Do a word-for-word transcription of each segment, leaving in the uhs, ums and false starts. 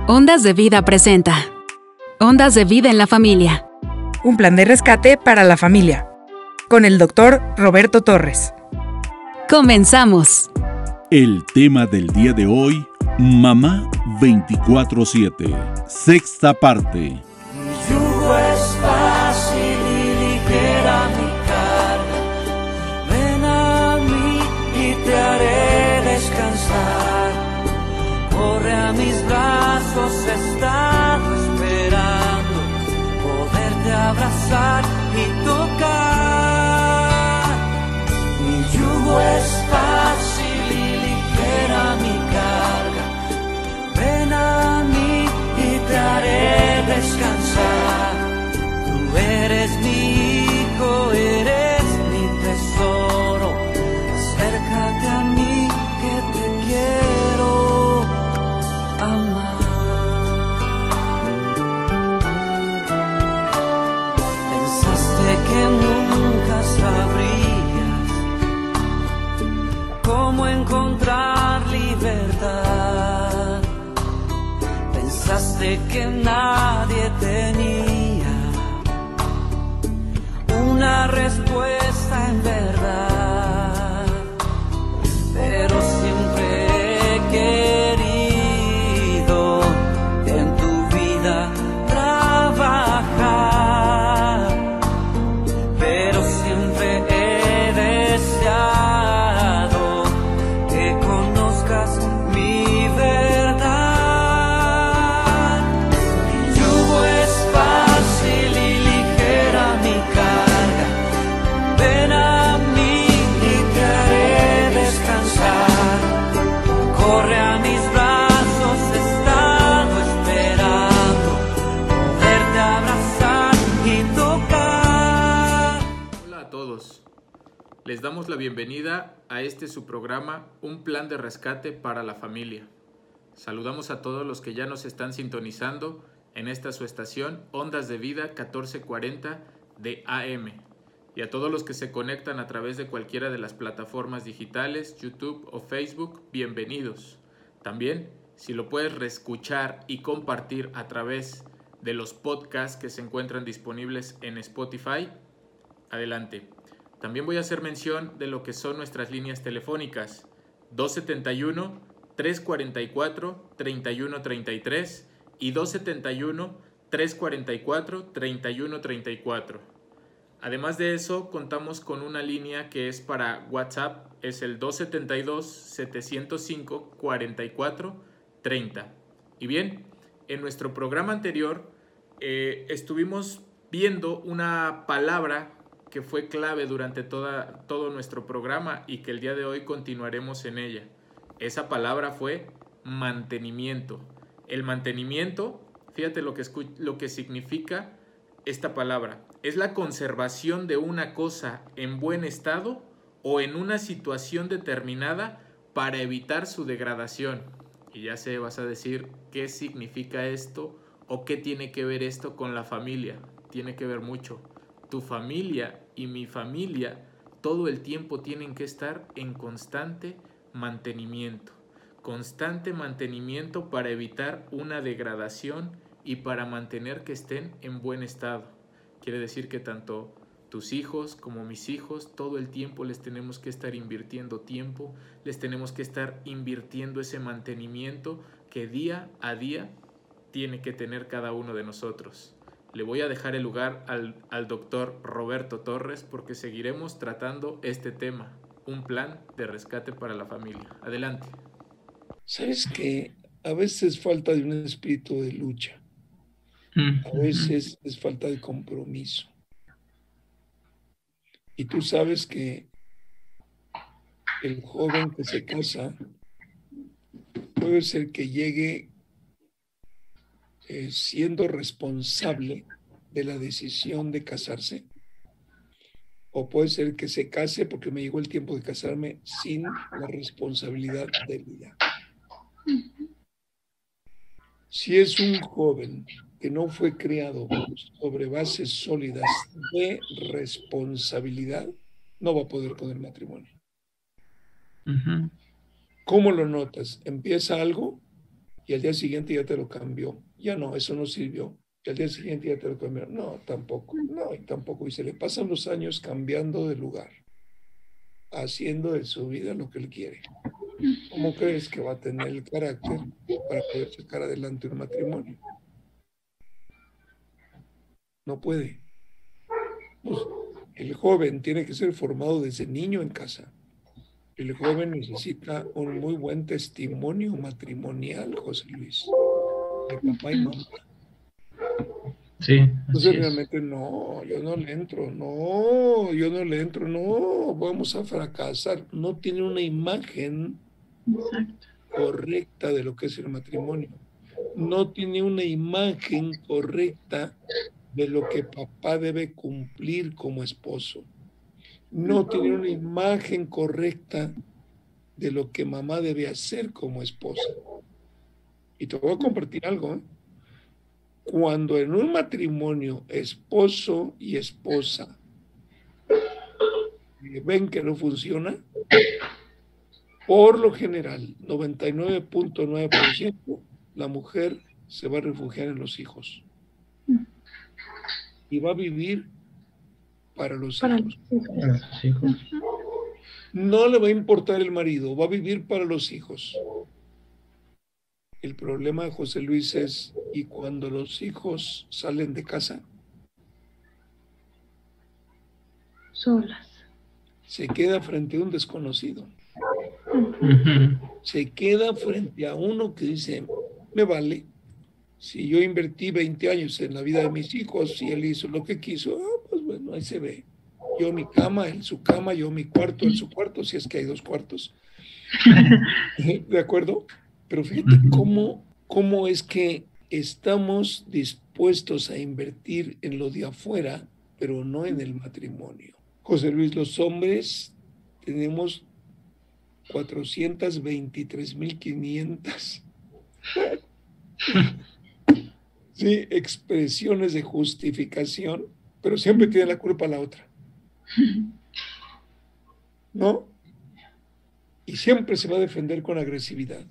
Ondas de Vida presenta Ondas de Vida en la Familia. Un plan de rescate para la familia. Con el doctor Roberto Torres. Comenzamos. El tema del día de hoy, Mamá veinticuatro siete, sexta parte. Mi yugo es fácil y ligera mi carga. Ven a mí y te haré descansar. Corre a mis brazos, he estado esperando poderte abrazar y tocar. Mi yugo es fácil y ligera mi carga. Ven a mí y te haré descansar. Tú eres mi hijo, eres mi tesoro. Acércate a mí que te quiero amar. Pensaste que nunca sabrías cómo encontrar libertad. Pensaste que nadie tenía una respuesta en verdad, pero siempre he querido en tu vida trabajar, pero siempre he deseado que conozcas mi verdad. Mi yugo es fácil y ligera mi carga. Ven a mí y te haré descansar. Corre a mis brazos, he estado esperando poderte abrazar y tocar. Hola a todos, les damos la bienvenida a este su programa, Un plan de rescate para la familia. Saludamos a todos los que ya nos están sintonizando en esta su estación Ondas de Vida catorce cuarenta de A M y a todos los que se conectan a través de cualquiera de las plataformas digitales, YouTube o Facebook, bienvenidos. También, si lo puedes reescuchar y compartir a través de los podcasts que se encuentran disponibles en Spotify, adelante. También voy a hacer mención de lo que son nuestras líneas telefónicas dos setenta y uno, tres cuarenta y cuatro, treinta y uno treinta y tres y dos setenta y uno, tres cuarenta y cuatro, treinta y uno treinta y cuatro. Además de eso, contamos con una línea que es para WhatsApp, es el dos setenta y dos, setecientos cinco, cuarenta y cuatro, treinta. Y bien, en nuestro programa anterior eh, estuvimos viendo una palabra que fue clave durante toda, todo nuestro programa y que el día de hoy continuaremos en ella. Esa palabra fue mantenimiento. El mantenimiento, fíjate lo que, escu- lo que significa esta palabra. Es la conservación de una cosa en buen estado o en una situación determinada para evitar su degradación. Y ya sé, vas a decir, ¿qué significa esto o qué tiene que ver esto con la familia? Tiene que ver mucho. Tu familia y mi familia todo el tiempo tienen que estar en constante mantenimiento. Constante mantenimiento para evitar una degradación y para mantener que estén en buen estado. Quiere decir que tanto tus hijos como mis hijos, todo el tiempo les tenemos que estar invirtiendo tiempo, les tenemos que estar invirtiendo ese mantenimiento que día a día tiene que tener cada uno de nosotros. Le voy a dejar el lugar al, al doctor Roberto Torres porque seguiremos tratando este tema, un plan de rescate para la familia. Adelante. ¿Sabes que a veces falta de un espíritu de lucha? A veces es falta de compromiso. Y tú sabes que el joven que se casa puede ser que llegue eh, siendo responsable de la decisión de casarse, o puede ser que se case porque me llegó el tiempo de casarme sin la responsabilidad de vida. Si es un joven que no fue criado sobre bases sólidas de responsabilidad, no va a poder poner matrimonio. Uh-huh. ¿Cómo lo notas? Empieza algo y al día siguiente ya te lo cambió. Ya no, eso no sirvió. Y al día siguiente ya te lo cambió. No, tampoco. No, y tampoco. Y se le pasan los años cambiando de lugar, haciendo de su vida lo que él quiere. ¿Cómo crees que va a tener el carácter para poder sacar adelante un matrimonio? No puede. Pues, el joven tiene que ser formado desde niño en casa. El joven necesita un muy buen testimonio matrimonial, José Luis, de papá y mamá. Sí, Entonces así es. realmente no, yo no le entro, no, yo no le entro, no, vamos a fracasar. No tiene una imagen Exacto. correcta de lo que es el matrimonio. No tiene una imagen correcta de lo que papá debe cumplir como esposo. No tiene una imagen correcta de lo que mamá debe hacer como esposa. Y te voy a compartir algo, ¿eh? Cuando en un matrimonio esposo y esposa ven que no funciona, por lo general, noventa y nueve punto nueve por ciento, la mujer se va a refugiar en los hijos y va a vivir para los Para hijos. los hijos. Para sus hijos. No le va a importar el marido, va a vivir para los hijos. El problema de José Luis es, ¿y cuando los hijos salen de casa? Solas. Se queda frente a un desconocido. Ujú. Se queda frente a uno que dice, me vale. Si yo invertí veinte años en la vida de mis hijos y él hizo lo que quiso, ah, pues bueno, ahí se ve. Yo mi cama, él su cama, yo mi cuarto, él su cuarto, si es que hay dos cuartos. ¿De acuerdo? Pero fíjate cómo, cómo es que estamos dispuestos a invertir en lo de afuera, pero no en el matrimonio. José Luis, los hombres tenemos cuatrocientas veintitrés mil quinientas sí, expresiones de justificación, pero siempre tiene la culpa la otra. ¿No? Y siempre se va a defender con agresividad.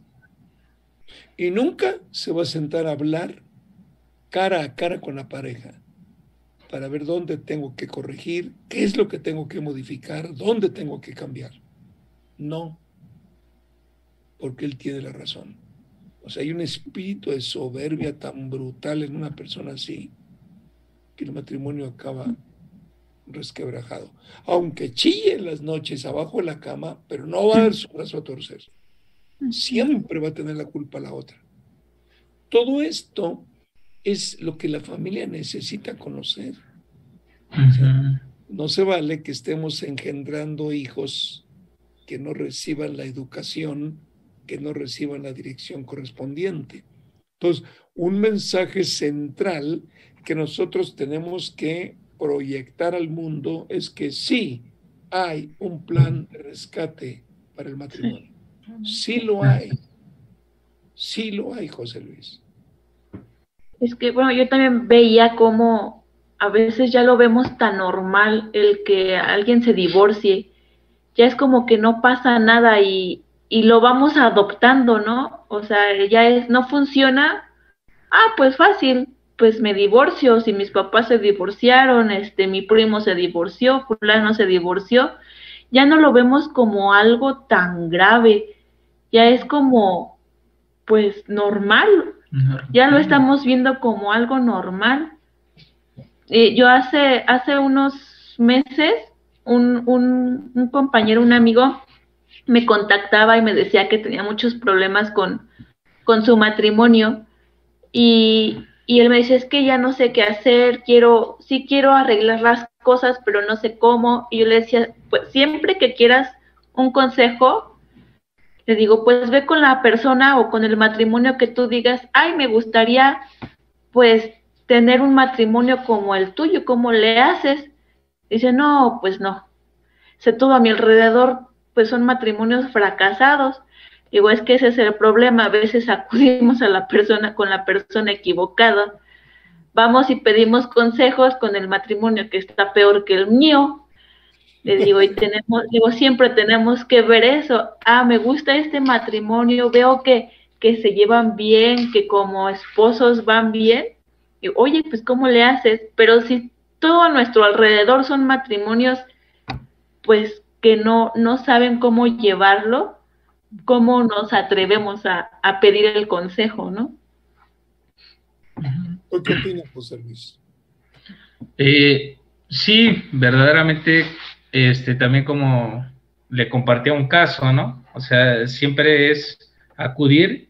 Y nunca se va a sentar a hablar cara a cara con la pareja para ver dónde tengo que corregir, qué es lo que tengo que modificar, dónde tengo que cambiar. No, porque él tiene la razón. O sea, hay un espíritu de soberbia tan brutal en una persona así que el matrimonio acaba resquebrajado. Aunque chille en las noches abajo de la cama, pero no va a dar su brazo a torcer. Siempre va a tener la culpa la otra. Todo esto es lo que la familia necesita conocer. O sea, no se vale que estemos engendrando hijos que no reciban la educación, que no reciban la dirección correspondiente. Entonces, un mensaje central que nosotros tenemos que proyectar al mundo es que sí hay un plan de rescate para el matrimonio. Sí lo hay. Sí lo hay, José Luis. Es que, bueno, yo también veía cómo a veces ya lo vemos tan normal el que alguien se divorcie. Ya es como que no pasa nada y, y lo vamos adoptando, ¿no? O sea, ya es, no funciona. Ah, pues fácil, pues me divorcio. Si mis papás se divorciaron, este, mi primo se divorció, fulano se divorció. Ya no lo vemos como algo tan grave. Ya es como, pues, normal. Ya lo estamos viendo como algo normal. Eh, yo hace, hace unos meses, un, un, un compañero, un amigo, me contactaba y me decía que tenía muchos problemas con, con su matrimonio. Y, y él me decía, es que ya no sé qué hacer, quiero, sí quiero arreglar las cosas, pero no sé cómo. Y yo le decía, pues siempre que quieras un consejo, le digo, pues ve con la persona o con el matrimonio que tú digas, ay, me gustaría, pues, tener un matrimonio como el tuyo, ¿cómo le haces? Dice, no, pues no. Dice, todo a mi alrededor, pues, son matrimonios fracasados. Digo, es que ese es el problema, a veces acudimos a la persona con la persona equivocada. Vamos y pedimos consejos con el matrimonio que está peor que el mío. Le digo, y tenemos, digo, siempre tenemos que ver eso. Ah, me gusta este matrimonio, veo que, que se llevan bien, que como esposos van bien, y, oye, pues ¿cómo le haces? Pero si todo a nuestro alrededor son matrimonios, pues que no, no saben cómo llevarlo, ¿cómo nos atrevemos a, a pedir el consejo, no? ¿Qué opinas, José Luis? Eh, sí, verdaderamente, este, también como le compartía un caso, ¿no? O sea, siempre es acudir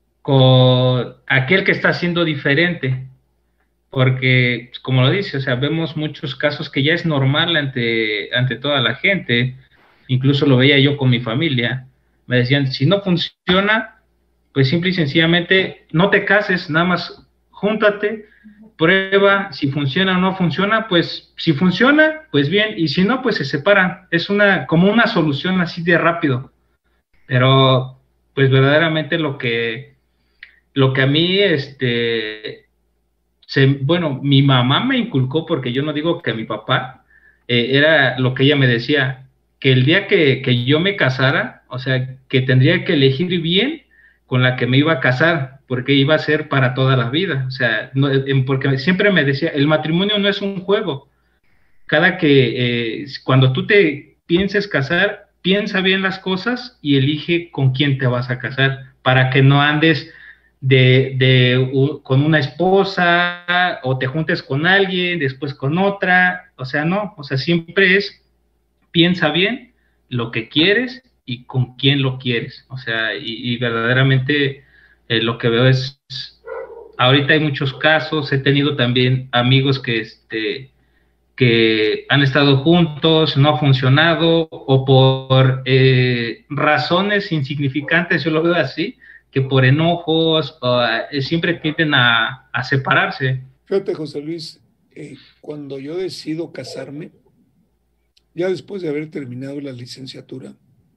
con aquel que está haciendo diferente, porque, como lo dice, o sea, vemos muchos casos que ya es normal ante, ante toda la gente, incluso lo veía yo con mi familia, me decían, si no funciona, pues simple y sencillamente no te cases, nada más júntate, prueba, si funciona o no funciona, pues si funciona, pues bien, y si no, pues se separan, es una, como una solución así de rápido, pero pues verdaderamente lo que, lo que a mí, este, se, bueno, mi mamá me inculcó, porque yo no digo que mi papá, eh, era lo que ella me decía, que el día que, que yo me casara, o sea, que tendría que elegir bien con la que me iba a casar, porque iba a ser para toda la vida, o sea, no, porque siempre me decía, el matrimonio no es un juego, cada que, eh, cuando tú te pienses casar, piensa bien las cosas y elige con quién te vas a casar, para que no andes de, de uh, con una esposa, o te juntes con alguien, después con otra, o sea, no, o sea, siempre es, piensa bien lo que quieres y con quién lo quieres, o sea, y, y verdaderamente eh, lo que veo es, ahorita hay muchos casos, he tenido también amigos que, este, que han estado juntos, no ha funcionado, o por eh, razones insignificantes, yo lo veo así, que por enojos, uh, siempre tienden a, a separarse. Fíjate, José Luis, eh, cuando yo decido casarme, ya después de haber terminado la licenciatura,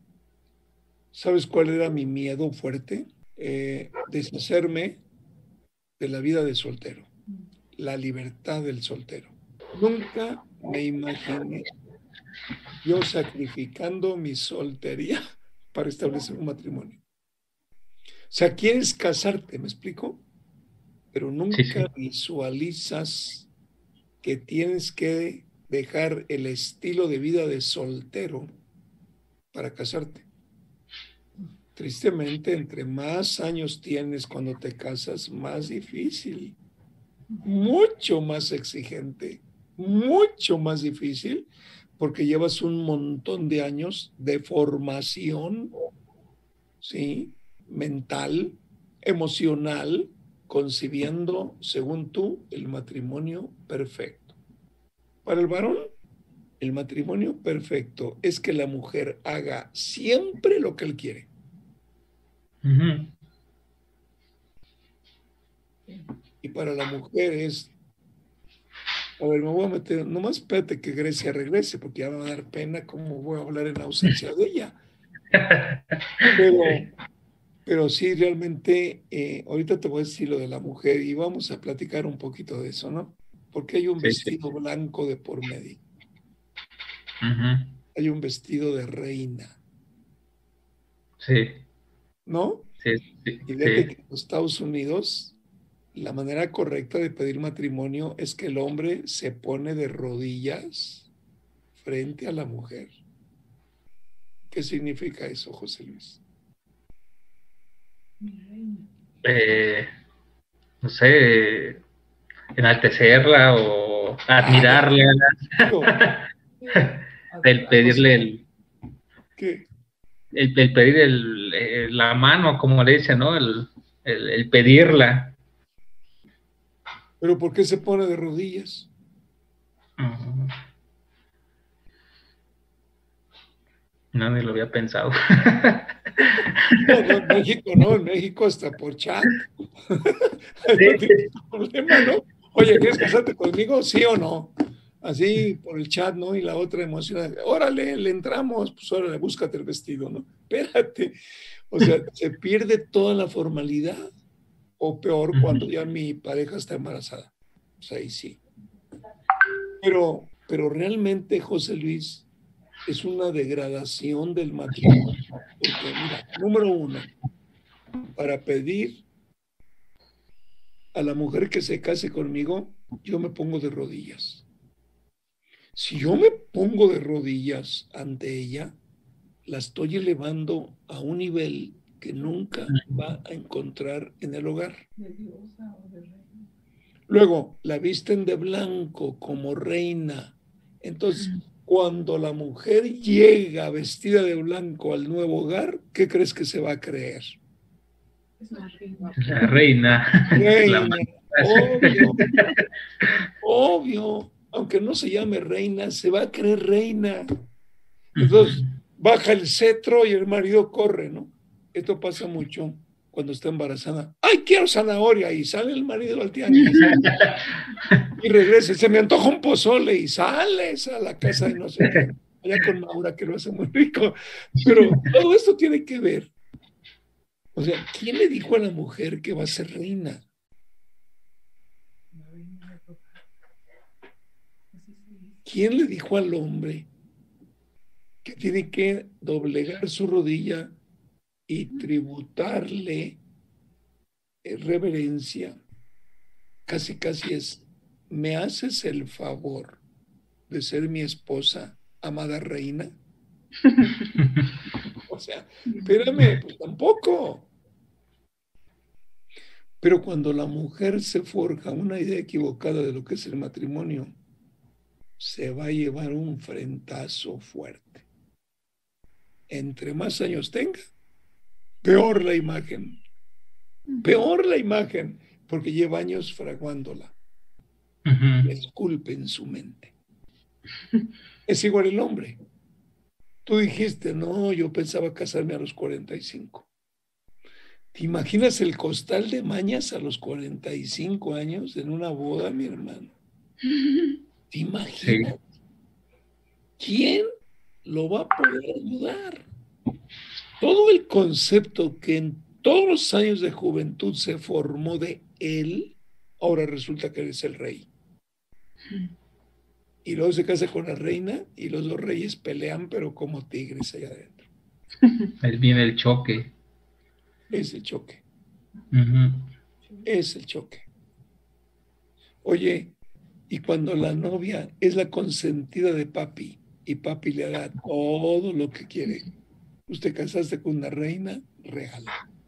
¿sabes cuál era mi miedo fuerte? Eh, deshacerme de la vida de soltero, la libertad del soltero. Nunca me imaginé yo sacrificando mi soltería para establecer un matrimonio. O sea, quieres casarte, ¿me explico? Pero nunca sí, sí. visualizas que tienes que dejar el estilo de vida de soltero para casarte. Tristemente, entre más años tienes cuando te casas, más difícil, mucho más exigente, mucho más difícil, porque llevas un montón de años de formación, ¿sí?, mental, emocional, concibiendo, según tú, el matrimonio perfecto. Para el varón, el matrimonio perfecto es que la mujer haga siempre lo que él quiere. Uh-huh. Y para la mujer es, a ver, me voy a meter, nomás espérate que Grecia regrese, porque ya me va a dar pena cómo voy a hablar en ausencia de ella. Pero, pero sí, realmente, eh, ahorita te voy a decir lo de la mujer y vamos a platicar un poquito de eso, ¿no? Porque hay un sí, vestido sí. blanco de por medio. Uh-huh. Hay un vestido de reina. Sí. ¿No? Sí, sí. Y fíjate sí. que en los Estados Unidos, la manera correcta de pedir matrimonio es que el hombre se pone de rodillas frente a la mujer. ¿Qué significa eso, José Luis? Eh, no sé, enaltecerla o admirarla. Ah, el pedirle el... ¿Qué? El, el pedir el, el, la mano, como le dice, ¿no? El, el, el pedirla. ¿Pero por qué se pone de rodillas? Uh-huh. No, ni lo había pensado. No, no, en México no, en México hasta por chat. Sí. No tienes problema, ¿no? Oye, ¿quieres casarte conmigo? ¿Sí o no? Así por el chat, ¿no? Y la otra emocional, órale, le entramos, pues órale, búscate el vestido, ¿no? Espérate. O sea, se pierde toda la formalidad, o peor, cuando ya mi pareja está embarazada. O sea, ahí sí. Pero, pero realmente, José Luis, es una degradación del matrimonio. Porque, mira, número uno, para pedir a la mujer que se case conmigo, yo me pongo de rodillas. Si yo me pongo de rodillas ante ella, la estoy elevando a un nivel que nunca va a encontrar en el hogar. Luego, la visten de blanco como reina. Entonces, cuando la mujer llega vestida de blanco al nuevo hogar, ¿qué crees que se va a creer? La reina. Reina, La obvio, obvio. Aunque no se llame reina, se va a creer reina. Entonces, baja el cetro y el marido corre, ¿no? Esto pasa mucho cuando está embarazada. ¡Ay, quiero zanahoria! Y sale el marido al tianguis. Y regresa, se me antoja un pozole y sales a la casa de no sé qué. Allá con Maura, que lo hace muy rico. Pero todo esto tiene que ver. O sea, ¿quién le dijo a la mujer que va a ser reina? ¿Quién le dijo al hombre que tiene que doblegar su rodilla y tributarle reverencia? Casi, casi es, ¿me haces el favor de ser mi esposa, amada reina? O sea, espérame, pues tampoco. Pero cuando la mujer se forja una idea equivocada de lo que es el matrimonio, se va a llevar un frentazo fuerte. Entre más años tenga, peor la imagen. Peor la imagen, porque lleva años fraguándola. Uh-huh. Disculpen su mente. Es igual el hombre. Tú dijiste, no, yo pensaba casarme a los cuarenta y cinco. ¿Te imaginas el costal de mañas a los cuarenta y cinco años en una boda, mi hermano? ¿Te imaginas? Sí. ¿Quién lo va a poder ayudar? Todo el concepto que en todos los años de juventud se formó de él, ahora resulta que él es el rey. Y luego se casa con la reina y los dos reyes pelean, pero como tigres allá adentro. Ahí viene el choque. Es el choque. Uh-huh. Es el choque. Oye, y cuando la novia es la consentida de papi y papi le da todo lo que quiere, usted casaste con una reina real.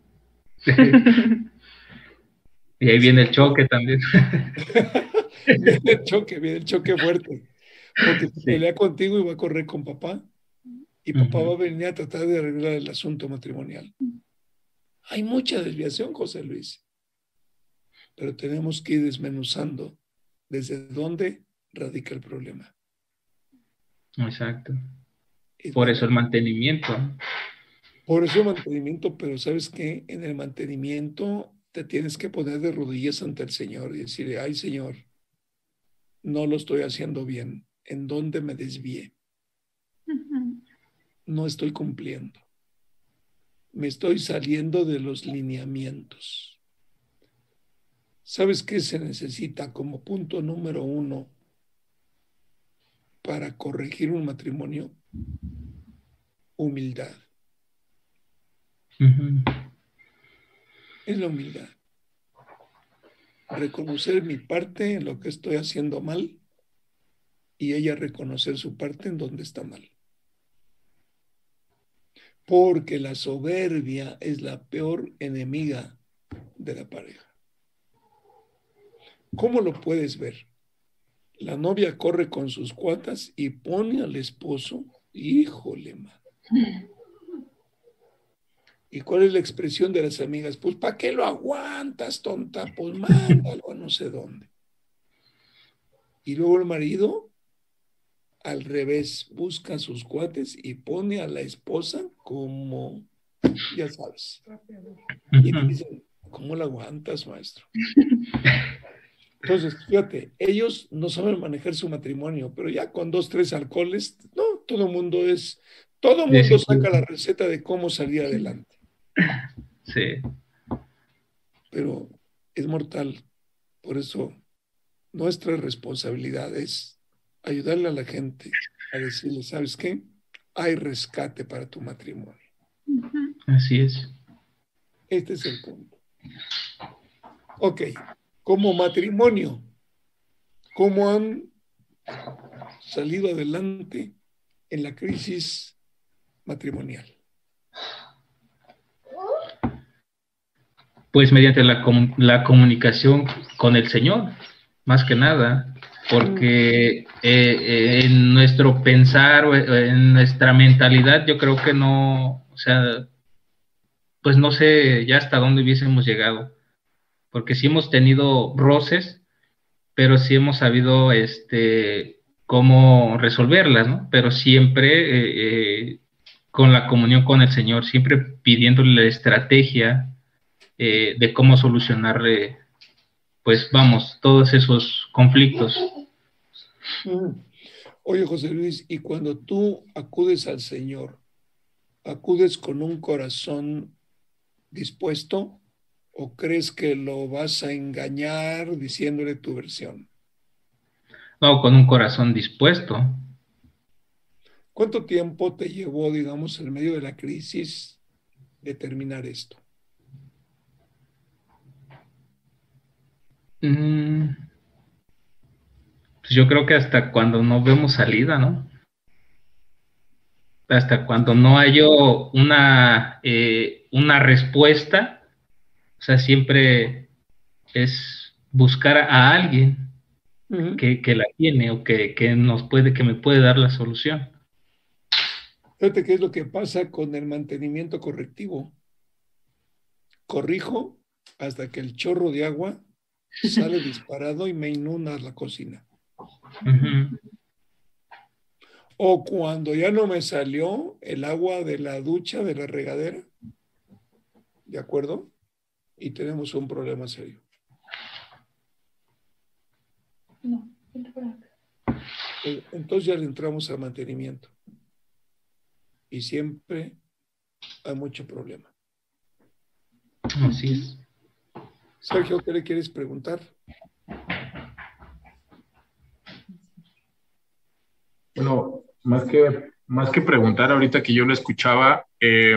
Y ahí viene el choque también. Viene el choque, viene el choque fuerte. Porque se pelea contigo y va a correr con papá. Y papá uh-huh. va a venir a tratar de arreglar el asunto matrimonial. Hay mucha desviación, José Luis. Pero tenemos que ir desmenuzando desde dónde radica el problema. Exacto. Por eso el mantenimiento. Por eso el mantenimiento, pero ¿sabes qué? En el mantenimiento te tienes que poner de rodillas ante el Señor y decirle, ay, Señor, no lo estoy haciendo bien. ¿En dónde me desvié? Uh-huh. No estoy cumpliendo. Me estoy saliendo de los lineamientos. ¿Sabes qué se necesita como punto número uno para corregir un matrimonio? Humildad. Uh-huh. Es la humildad. Reconocer mi parte en lo que estoy haciendo mal y ella reconocer su parte en donde está mal. Porque la soberbia es la peor enemiga de la pareja. ¿Cómo lo puedes ver? La novia corre con sus cuatas y pone al esposo, híjole, man. ¿Y cuál es la expresión de las amigas? Pues, ¿para qué lo aguantas, tonta? Pues, mándalo a no sé dónde. Y luego el marido, al revés, busca a sus cuates y pone a la esposa como, ya sabes. Y te dicen, ¿cómo la aguantas, maestro? Entonces, fíjate, ellos no saben manejar su matrimonio, pero ya con dos, tres alcoholes, no, todo el mundo es, todo el mundo saca la receta de cómo salir adelante. Sí. Pero es mortal. Por eso, nuestra responsabilidad es ayudarle a la gente a decirle, ¿sabes qué? Hay rescate para tu matrimonio. Así es. Este es el punto. Ok, como matrimonio, ¿cómo han salido adelante en la crisis matrimonial? Pues mediante la, com la comunicación con el Señor, más que nada, porque eh, eh, en nuestro pensar, en nuestra mentalidad, yo creo que no, o sea, pues no sé ya hasta dónde hubiésemos llegado, porque sí hemos tenido roces, pero sí hemos sabido este, cómo resolverlas, ¿no? Pero siempre eh, eh, con la comunión con el Señor, siempre pidiéndole la estrategia eh, de cómo solucionarle, pues vamos, todos esos conflictos. Mm. Oye, José Luis, y cuando tú acudes al Señor, ¿acudes con un corazón dispuesto o crees que lo vas a engañar diciéndole tu versión? No, con un corazón dispuesto. ¿Cuánto tiempo te llevó, digamos, en medio de la crisis, determinar esto? Mm, pues yo creo que hasta cuando no vemos salida, ¿no? Hasta cuando no hay una, eh, una respuesta, o sea, siempre es buscar a alguien uh-huh. que, que la tiene o que, que nos puede, que me puede dar la solución. Fíjate qué es lo que pasa con el mantenimiento correctivo. Corrijo hasta que el chorro de agua sale disparado y me inunda la cocina. Uh-huh. O cuando ya no me salió el agua de la ducha, de la regadera, ¿de acuerdo? Y tenemos un problema serio. No, entonces ya le entramos al mantenimiento. Y siempre hay mucho problema. Así es. Sergio, ¿qué le quieres preguntar? Bueno, más que, más que preguntar, ahorita que yo lo escuchaba, eh,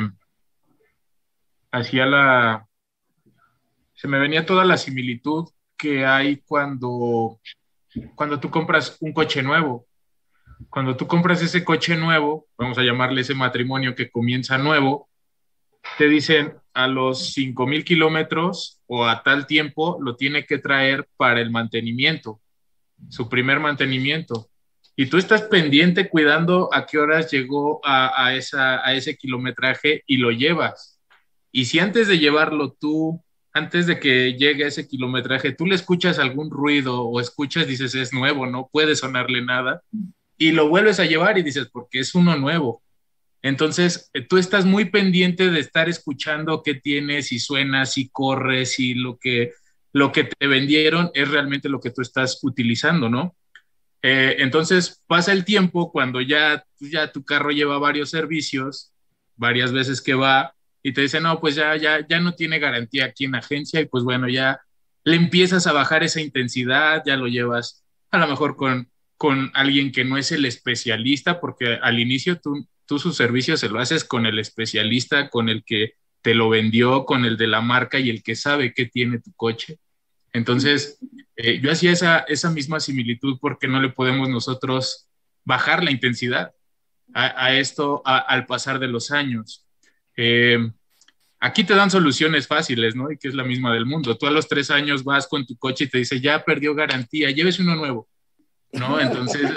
hacía la... Se me venía toda la similitud que hay cuando, cuando tú compras un coche nuevo. Cuando tú compras ese coche nuevo, vamos a llamarle ese matrimonio que comienza nuevo, te dicen a los cinco mil kilómetros o a tal tiempo lo tiene que traer para el mantenimiento, su primer mantenimiento. Y tú estás pendiente cuidando a qué horas llegó a, a, esa, a ese kilometraje y lo llevas. Y si antes de llevarlo tú, antes de que llegue a ese kilometraje, tú le escuchas algún ruido o escuchas, dices, es nuevo, no puede sonarle nada, y lo vuelves a llevar y dices, porque es uno nuevo. Entonces, tú estás muy pendiente de estar escuchando qué tienes, si suena, si corre, si lo que, lo que te vendieron es realmente lo que tú estás utilizando, ¿no? Eh, entonces pasa el tiempo cuando ya, ya tu carro lleva varios servicios, varias veces que va y te dicen, no, pues ya, ya, ya no tiene garantía aquí en la agencia y pues bueno, ya le empiezas a bajar esa intensidad, ya lo llevas a lo mejor con, con alguien que no es el especialista, porque al inicio tú, tú su servicio se lo haces con el especialista, con el que te lo vendió, con el de la marca y el que sabe qué tiene tu coche. Entonces, eh, yo hacía esa, esa misma similitud porque no le podemos nosotros bajar la intensidad a, a esto a, al pasar de los años. Eh, aquí te dan soluciones fáciles, ¿no? Y que es la misma del mundo. Tú a los tres años vas con tu coche y te dice, ya perdió garantía, llévese uno nuevo, ¿no? Entonces,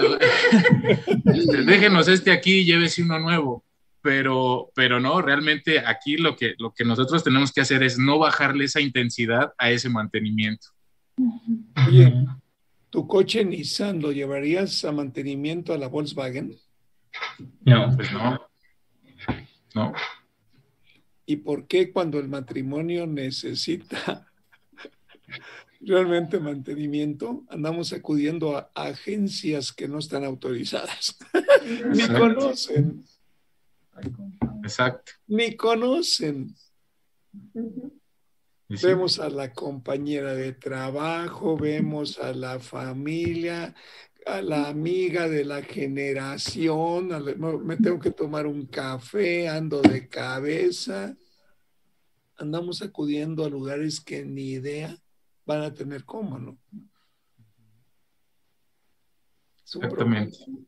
déjenos este aquí, llévese uno nuevo. Pero, pero no, realmente aquí lo que, lo que nosotros tenemos que hacer es no bajarle esa intensidad a ese mantenimiento. Oye, ¿tu coche Nissan lo llevarías a mantenimiento a la Volkswagen? No. Pues no. No. ¿Y por qué cuando el matrimonio necesita realmente mantenimiento, andamos acudiendo a agencias que no están autorizadas? Ni conocen. Exacto. Ni conocen. Sí. Vemos a la compañera de trabajo, vemos a la familia, a la amiga de la generación, a la, me tengo que tomar un café, ando de cabeza. andamos acudiendo a lugares que ni idea van a tener cómo, ¿no? Es un Exactamente. problema.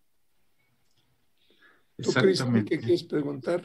¿Tú, Cristi, qué quieres preguntar?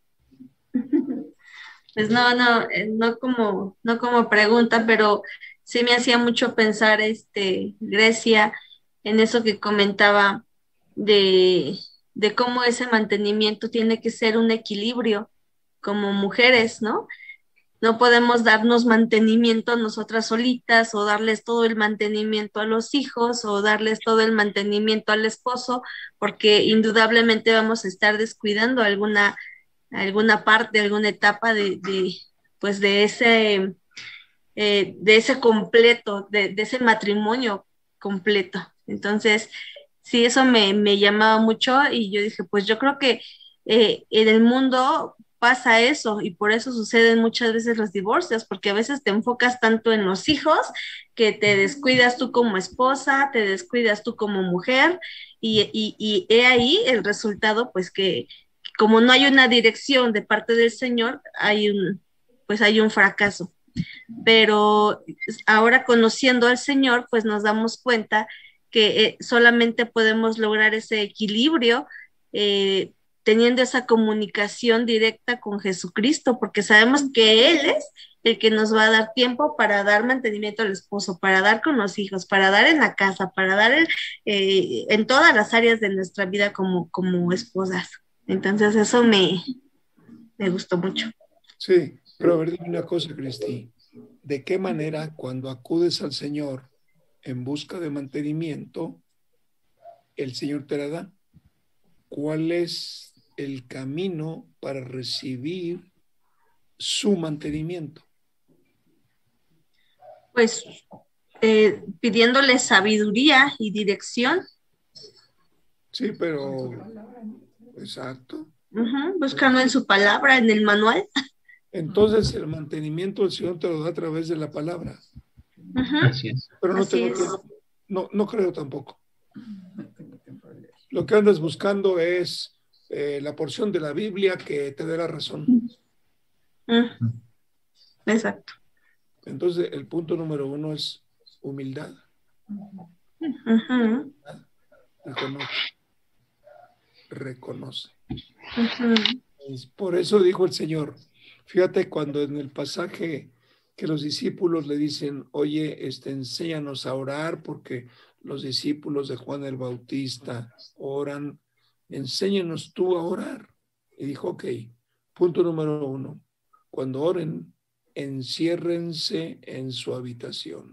Pues no, no, eh, no como, no como pregunta, pero sí me hacía mucho pensar, este, Grecia, en eso que comentaba de, de cómo ese mantenimiento tiene que ser un equilibrio como mujeres, ¿no? No podemos darnos mantenimiento a nosotras solitas o darles todo el mantenimiento a los hijos o darles todo el mantenimiento al esposo, porque indudablemente vamos a estar descuidando alguna, alguna parte, alguna etapa de, de pues de ese, eh, de ese completo, de, de ese matrimonio completo. Entonces, sí, eso me, me llamaba mucho y yo dije, pues yo creo que eh, en el mundo pasa eso y por eso suceden muchas veces los divorcios, porque a veces te enfocas tanto en los hijos que te descuidas tú como esposa, te descuidas tú como mujer y, y, y he ahí el resultado, pues que como no hay una dirección de parte del Señor, hay un, pues hay un fracaso. Pero ahora conociendo al Señor, pues nos damos cuenta que eh, solamente podemos lograr ese equilibrio eh, teniendo esa comunicación directa con Jesucristo, porque sabemos que Él es el que nos va a dar tiempo para dar mantenimiento al esposo, para dar con los hijos, para dar en la casa, para dar el, eh, en todas las áreas de nuestra vida como, como esposas. Entonces eso me, me gustó mucho. Sí, pero a ver, dime una cosa, Cristi. ¿De qué manera cuando acudes al Señor en busca de mantenimiento, el Señor te la da? ¿Cuál es el camino para recibir su mantenimiento? Pues eh, pidiéndole sabiduría y dirección. Sí, pero exacto. Uh-huh, buscando en su palabra, en el manual. Entonces el mantenimiento del Señor te lo da a través de la palabra. Uh-huh. Así es. Pero no, Así tengo es. tiempo. no, no creo tampoco. Lo que andas buscando es eh, la porción de la Biblia que te dé la razón. Uh-huh. Exacto. Entonces el punto número uno es humildad. Uh-huh. Reconoce. Reconoce. Uh-huh. Por eso dijo el Señor, fíjate cuando en el pasaje que los discípulos le dicen, oye, este, enséñanos a orar porque los discípulos de Juan el Bautista oran, enséñanos tú a orar. Y dijo, ok, punto número uno, cuando oren, enciérrense en su habitación.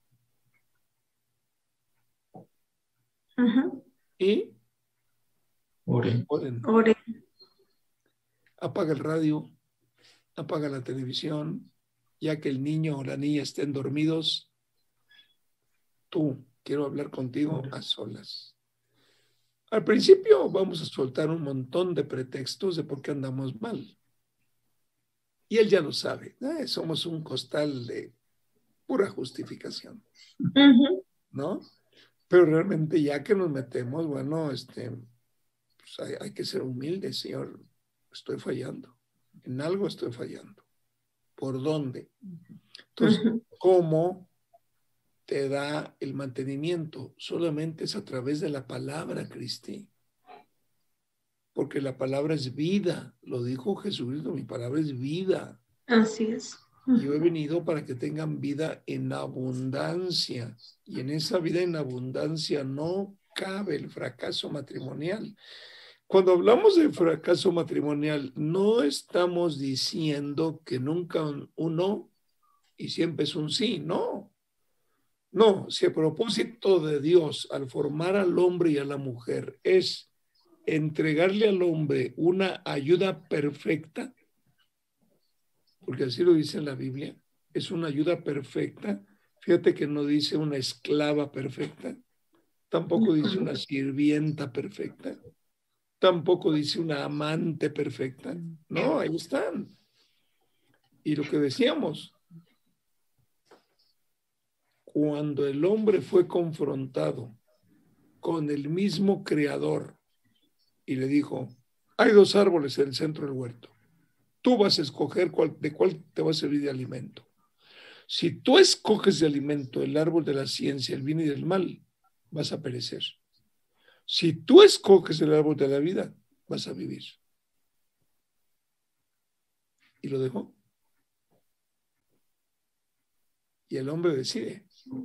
Uh-huh. Y Oren. oren. Oren. Apaga el radio, apaga la televisión, ya que el niño o la niña estén dormidos. Tú, quiero hablar contigo a solas. Al principio vamos a soltar un montón de pretextos de por qué andamos mal. Y él ya lo sabe. ¿Eh? Somos un costal de pura justificación. Uh-huh. ¿No? Pero realmente ya que nos metemos, bueno, este, pues hay, hay que ser humildes, Señor. Estoy fallando. En algo estoy fallando. ¿Por dónde? Entonces, uh-huh. ¿Cómo te da el mantenimiento? Solamente es a través de la palabra, Cristi. Porque la palabra es vida. Lo dijo Jesucristo, mi palabra es vida. Así es. Uh-huh. Yo he venido para que tengan vida en abundancia. Y en esa vida en abundancia no cabe el fracaso matrimonial. Cuando hablamos de fracaso matrimonial, no estamos diciendo que nunca un, un no y siempre es un sí, no. No, si el propósito de Dios al formar al hombre y a la mujer es entregarle al hombre una ayuda perfecta, porque así lo dice en la Biblia, es una ayuda perfecta. Fíjate que no dice una esclava perfecta, tampoco dice una sirvienta perfecta. Tampoco dice una amante perfecta. No, ahí están. Y lo que decíamos, cuando el hombre fue confrontado con el mismo creador y le dijo, hay dos árboles en el centro del huerto. tú vas a escoger cuál, de cuál te va a servir de alimento. Si tú escoges de alimento el árbol de la ciencia, el bien y del mal, vas a perecer. Si tú escoges el árbol de la vida, vas a vivir. Y lo dejó. Y el hombre decide.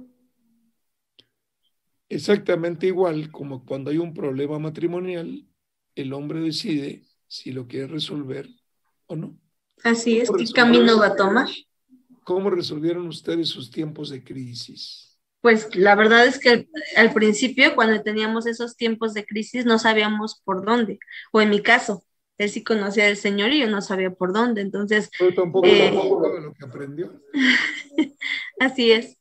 Exactamente igual como cuando hay un problema matrimonial, el hombre decide si lo quiere resolver o no. Así es, ¿qué camino va a tomar? ¿Cómo resolvieron ustedes sus tiempos de crisis? Pues la verdad es que al, al principio, cuando teníamos esos tiempos de crisis, no sabíamos por dónde. O en mi caso, él sí conocía al Señor y yo no sabía por dónde. Entonces, pero tampoco eh, tampoco lo que aprendió. Así es.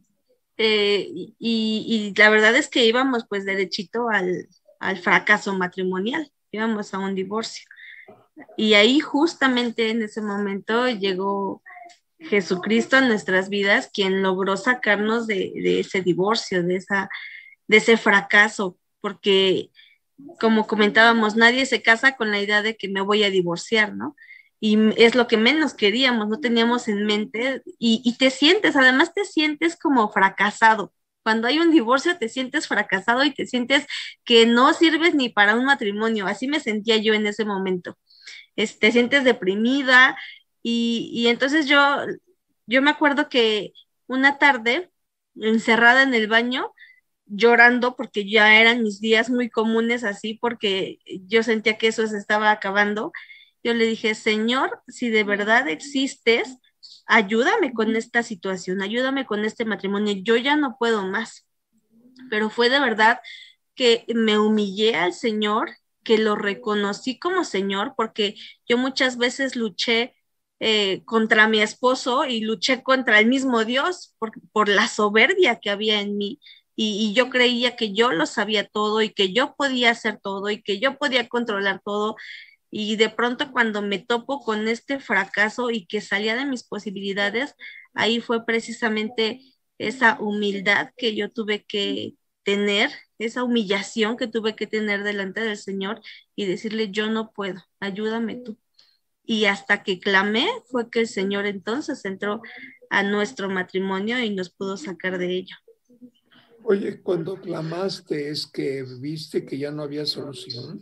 Eh, y, y la verdad es que íbamos pues derechito al, al fracaso matrimonial, íbamos a un divorcio. Y ahí justamente en ese momento llegó Jesucristo en nuestras vidas, quien logró sacarnos de, de ese divorcio, de, esa, de ese fracaso, porque como comentábamos, nadie se casa con la idea de que me voy a divorciar, ¿no? Y es lo que menos queríamos, no teníamos en mente, y, y te sientes, además te sientes como fracasado. Cuando hay un divorcio te sientes fracasado y te sientes que no sirves ni para un matrimonio. Así me sentía yo en ese momento. Es, te sientes deprimida y, y entonces yo, yo me acuerdo que una tarde, encerrada en el baño, llorando porque ya eran mis días muy comunes así, porque yo sentía que eso se estaba acabando. Yo le dije, Señor, si de verdad existes, ayúdame con esta situación, ayúdame con este matrimonio, yo ya no puedo más. Pero fue de verdad que me humillé al Señor, que lo reconocí como Señor, porque yo muchas veces luché eh, contra mi esposo y luché contra el mismo Dios por, por la soberbia que había en mí. Y, y yo creía que yo lo sabía todo y que yo podía hacer todo y que yo podía controlar todo. Y de pronto cuando me topo con este fracaso y que salía de mis posibilidades, ahí fue precisamente esa humildad que yo tuve que tener, esa humillación que tuve que tener delante del Señor y decirle, yo no puedo, ayúdame tú. Y hasta que clamé fue que el Señor entonces entró a nuestro matrimonio y nos pudo sacar de ello. Oye, cuando clamaste, ¿es que viste que ya no había solución?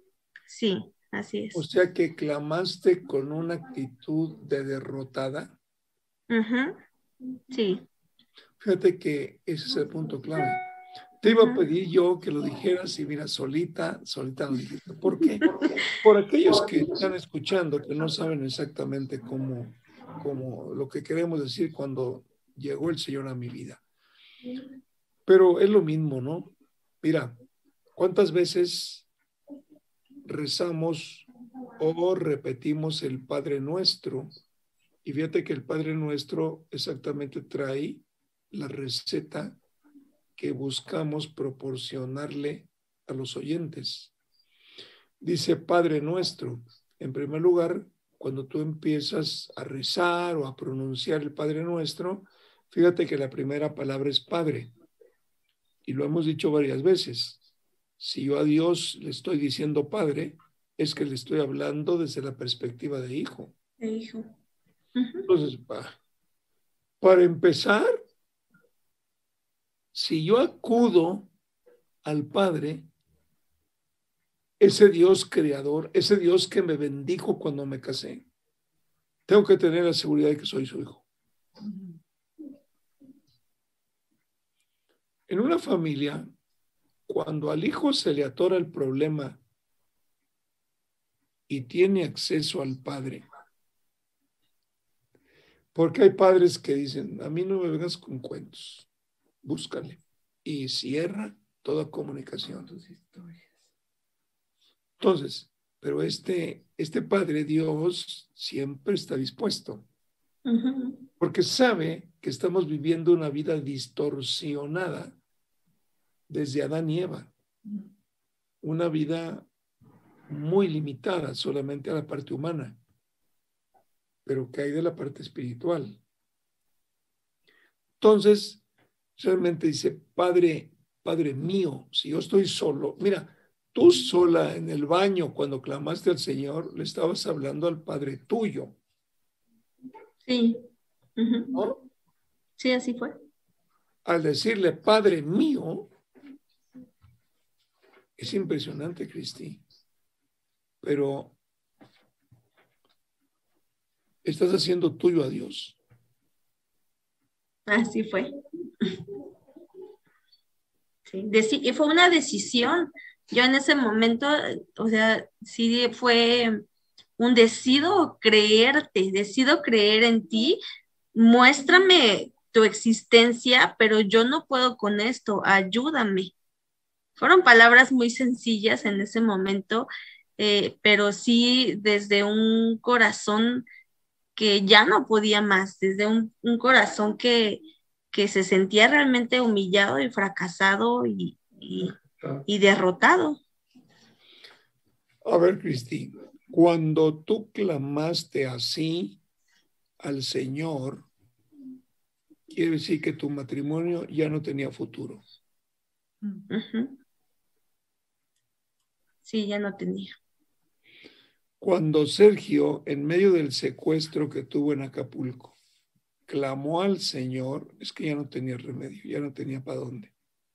Sí. Así es. O sea que clamaste con una actitud de derrotada. Uh-huh. Sí. Fíjate que ese es el punto clave. Te iba uh-huh. a pedir yo que lo dijeras y mira, solita, solita lo dijiste. ¿Por qué? Por aquellos que están escuchando, que no saben exactamente cómo, cómo lo que queremos decir cuando llegó el Señor a mi vida. Pero es lo mismo, ¿no? Mira, ¿cuántas veces rezamos o repetimos el Padre Nuestro? Y fíjate que el Padre Nuestro exactamente trae la receta que buscamos proporcionarle a los oyentes. Dice Padre Nuestro. En primer lugar, cuando tú empiezas a rezar o a pronunciar el Padre Nuestro, fíjate que la primera palabra es Padre. Y lo hemos dicho varias veces. Si yo a Dios le estoy diciendo Padre, es que le estoy hablando desde la perspectiva de hijo. De hijo. Uh-huh. Entonces, pa, para empezar, si yo acudo al Padre, ese Dios creador, ese Dios que me bendijo cuando me casé, tengo que tener la seguridad de que soy su hijo. Uh-huh. En una familia, cuando al hijo se le atora el problema y tiene acceso al padre, porque hay padres que dicen, a mí no me vengas con cuentos, búscale, y cierra toda comunicación. Entonces, pero este, este Padre Dios siempre está dispuesto, uh-huh. porque sabe que estamos viviendo una vida distorsionada desde Adán y Eva, una vida muy limitada solamente a la parte humana, pero que hay de la parte espiritual. Entonces, realmente dice, Padre, Padre mío, si yo estoy solo, mira, tú sola en el baño, cuando clamaste al Señor, le estabas hablando al Padre tuyo. Sí. Ujú. ¿No? Sí, así fue. Al decirle Padre mío, es impresionante, Cristi, pero estás haciendo tuyo a Dios. Así fue. Sí, deci- y fue una decisión. Yo en ese momento, o sea, sí fue un decido creerte, decido creer en ti, muéstrame tu existencia, pero yo no puedo con esto, ayúdame. Fueron palabras muy sencillas en ese momento, eh, pero sí desde un corazón que ya no podía más, desde un, un corazón que, que se sentía realmente humillado y fracasado y, y, y derrotado. A ver, Cristi, cuando tú clamaste así al Señor, quiere decir que tu matrimonio ya no tenía futuro. Ujú. Sí, ya no tenía. Cuando Sergio, en medio del secuestro que tuvo en Acapulco, clamó al Señor, es que ya no tenía remedio, ya no tenía para dónde.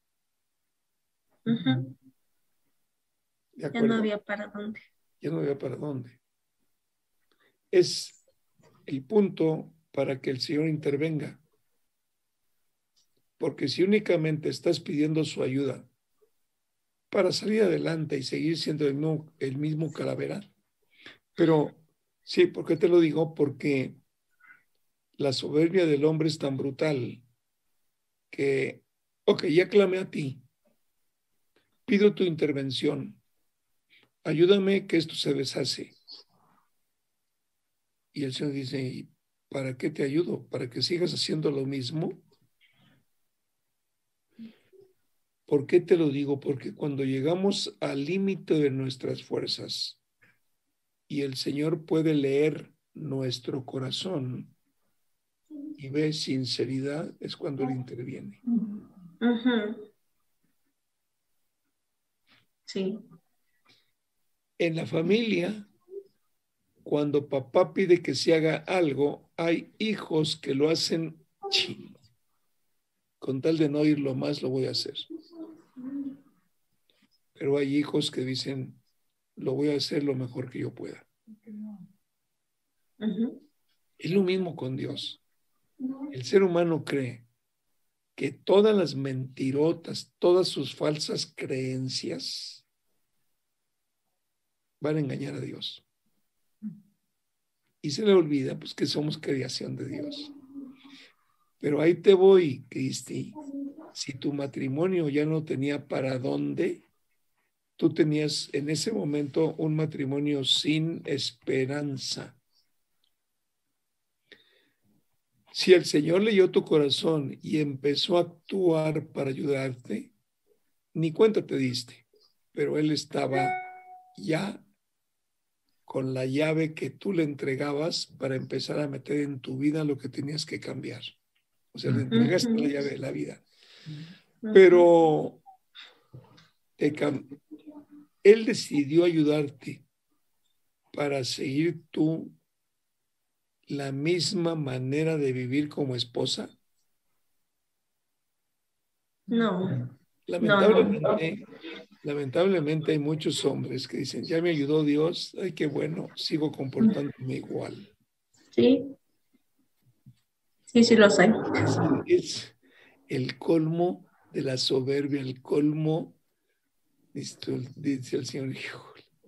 Ujú. ¿De Ya acuerdo? no había para dónde. Ya no había para dónde. Es el punto para que el Señor intervenga. Porque si únicamente estás pidiendo su ayuda para salir adelante y seguir siendo el mismo, el mismo calavera, pero sí, ¿por qué te lo digo? Porque la soberbia del hombre es tan brutal que, ok, ya clamé a ti, pido tu intervención, ayúdame que esto se deshace. Y el Señor dice, ¿para qué te ayudo? ¿Para que sigas haciendo lo mismo? ¿Por qué te lo digo? Porque cuando llegamos al límite de nuestras fuerzas y el Señor puede leer nuestro corazón y ve sinceridad, es cuando Él interviene. Ujú. Sí. En la familia, cuando papá pide que se haga algo, hay hijos que lo hacen chino. Con tal de no oírlo más, lo voy a hacer. Pero hay hijos que dicen, lo voy a hacer lo mejor que yo pueda. Ujú. Es lo mismo con Dios. El ser humano cree que todas las mentirotas, todas sus falsas creencias van a engañar a Dios. Y se le olvida pues que somos creación de Dios. Pero ahí te voy, Cristi. Si tu matrimonio ya no tenía para dónde, tú tenías en ese momento un matrimonio sin esperanza. Si el Señor leyó tu corazón y empezó a actuar para ayudarte, ni cuenta te diste, pero Él estaba ya con la llave que tú le entregabas para empezar a meter en tu vida lo que tenías que cambiar. O sea, le entregaste la llave de la vida. Pero te cam- Él decidió ayudarte para seguir tú la misma manera de vivir como esposa. No. Lamentablemente, no, no. lamentablemente hay muchos hombres que dicen, ya me ayudó Dios, ay, qué bueno, sigo comportándome igual. Sí. Sí, sí lo sé. Es, es el colmo de la soberbia, el colmo, dice el Señor, hijo,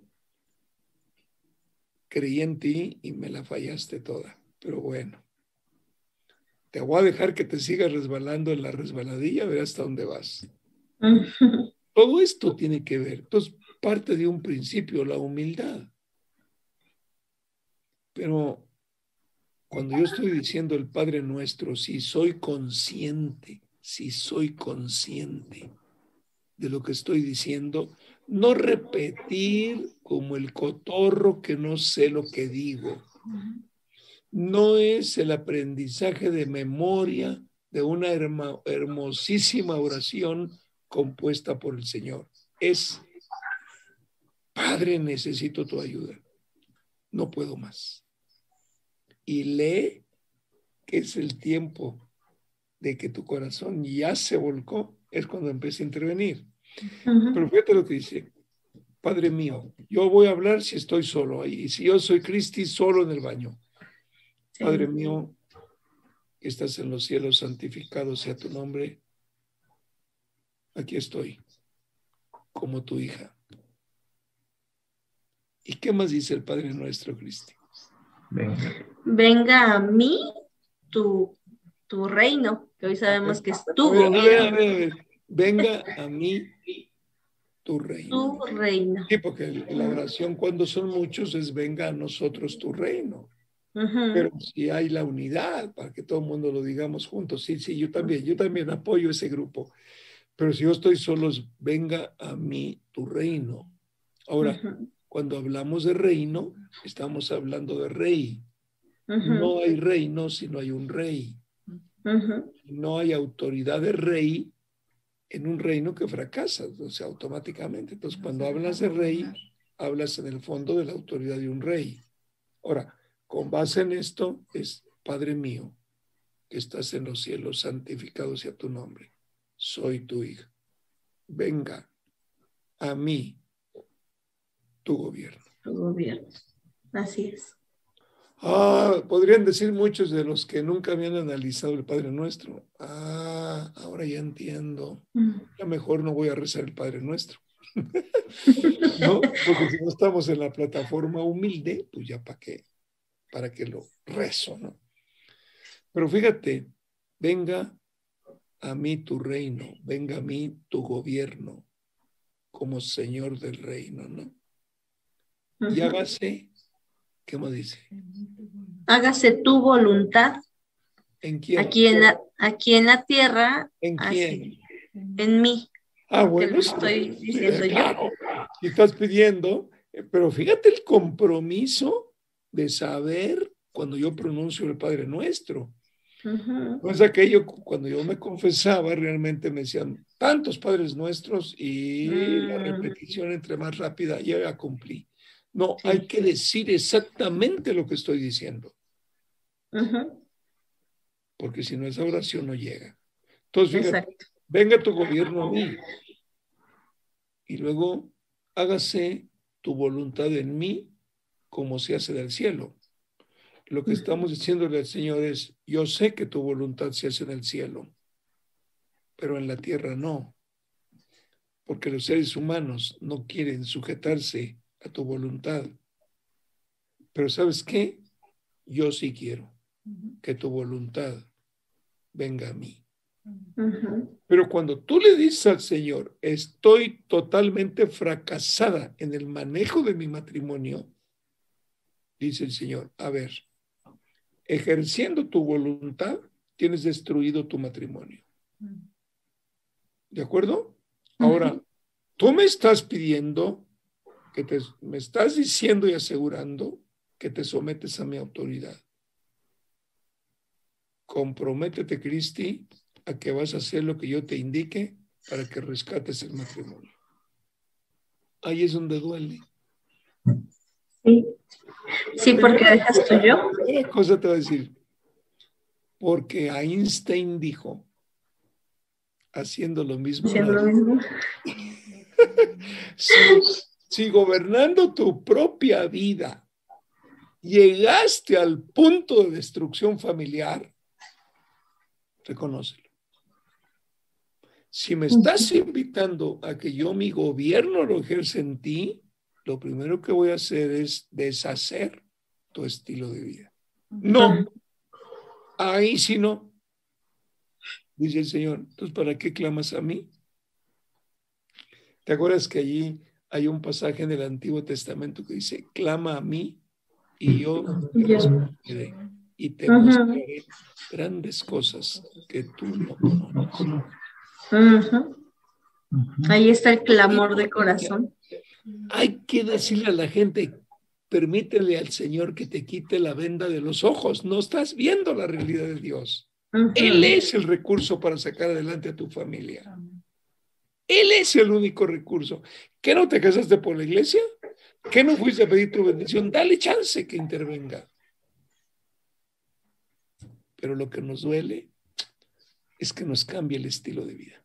creí en ti y me la fallaste toda, pero bueno, te voy a dejar que te sigas resbalando en la resbaladilla, a ver hasta dónde vas. Todo esto tiene que ver, entonces parte de un principio, la humildad. Pero cuando yo estoy diciendo el Padre Nuestro, si soy consciente, si soy consciente de lo que estoy diciendo, no repetir como el cotorro que no sé lo que digo. No es el aprendizaje de memoria de una herma, hermosísima oración compuesta por el Señor. Es Padre, necesito tu ayuda. No puedo más. Y lee que es el tiempo de que tu corazón ya se volcó, es cuando empieza a intervenir. Uh-huh. Pero fíjate lo que dice. Padre mío, yo voy a hablar si estoy solo ahí. Y si yo soy Cristi solo en el baño. Sí. Padre mío, que estás en los cielos, santificado sea tu nombre. Aquí estoy, como tu hija. ¿Y qué más dice el Padre nuestro, Cristi? Venga. Venga a mí tu, tu reino, que hoy sabemos que es tu a ver, gobierno. A ver, a ver, a ver. Venga a mí tu reino. Tu reino. Sí, porque la oración cuando son muchos es venga a nosotros tu reino. Uh-huh. Pero si hay la unidad, para que todo el mundo lo digamos juntos, sí, sí, yo también, yo también apoyo ese grupo. Pero si yo estoy solo, venga a mí tu reino. Ahora, uh-huh. cuando hablamos de reino, estamos hablando de rey. Uh-huh. No hay reino si no hay un rey. Uh-huh. No hay autoridad de rey en un reino que fracasa, o sea, automáticamente. Entonces, cuando hablas de rey, hablas en el fondo de la autoridad de un rey. Ahora, con base en esto, es Padre mío, que estás en los cielos, santificado sea tu nombre. Soy tu hija. Venga a mí tu gobierno. Tu gobierno. Así es. Ah, podrían decir muchos de los que nunca habían analizado el Padre Nuestro. Ah, ahora ya entiendo. Ya mejor no voy a rezar el Padre Nuestro. ¿No? Porque si no estamos en la plataforma humilde, pues ya para qué, para qué lo rezo, ¿no? Pero fíjate, venga a mí tu reino, venga a mí tu gobierno como Señor del reino, ¿no? Uh-huh. Y hágase, ¿qué me dice? Hágase tu voluntad. ¿En quién? Aquí en la, aquí en la tierra. ¿En quién? Así, en mí. Ah, bueno. Te lo estoy diciendo sí, yo. Claro. Y estás pidiendo, pero fíjate el compromiso de saber cuando yo pronuncio el Padre Nuestro. Uh-huh. Pues aquello, cuando yo me confesaba, realmente me decían tantos Padres Nuestros y uh-huh. la repetición entre más rápida, ya la cumplí. No, sí. Hay que decir exactamente lo que estoy diciendo. Uh-huh. Porque si no, esa oración no llega. Entonces, fíjate, exacto. Venga tu gobierno a mí. Y luego, hágase tu voluntad en mí como se hace del cielo. Lo que estamos diciéndole al Señor es, yo sé que tu voluntad se hace en el cielo, pero en la tierra no. Porque los seres humanos no quieren sujetarse a tu voluntad. Pero ¿sabes qué? Yo sí quiero que tu voluntad venga a mí. Uh-huh. Pero cuando tú le dices al Señor, estoy totalmente fracasada en el manejo de mi matrimonio, dice el Señor, a ver, ejerciendo tu voluntad, tienes destruido tu matrimonio. ¿De acuerdo? Ahora, uh-huh. tú me estás pidiendo, que te, me estás diciendo y asegurando que te sometes a mi autoridad. Comprométete, Cristi, a que vas a hacer lo que yo te indique para que rescates el matrimonio. Ahí es donde duele. Sí, sí, porque dejas tu yo. Otra cosa te voy a decir. Porque Einstein dijo, haciendo lo mismo. Haciendo lo mismo. si, si gobernando tu propia vida llegaste al punto de destrucción familiar, reconócelo. Si me estás invitando a que yo mi gobierno lo ejerza en ti, lo primero que voy a hacer es deshacer tu estilo de vida. No, ahí sí no. Dice el Señor, entonces ¿para qué clamas a mí? ¿Te acuerdas que allí hay un pasaje en el Antiguo Testamento que dice, clama a mí y yo te responderé y te uh-huh. mostraré grandes cosas que tú no conoces? Uh-huh. Ahí está el clamor de corazón. Hay que decirle a la gente, permítele al Señor que te quite la venda de los ojos. No estás viendo la realidad de Dios. Uh-huh. Él es el recurso para sacar adelante a tu familia. Él es el único recurso. ¿Qué no te casaste por la iglesia? ¿Qué no fuiste a pedir tu bendición? Dale chance que intervenga. Pero lo que nos duele es que nos cambie el estilo de vida.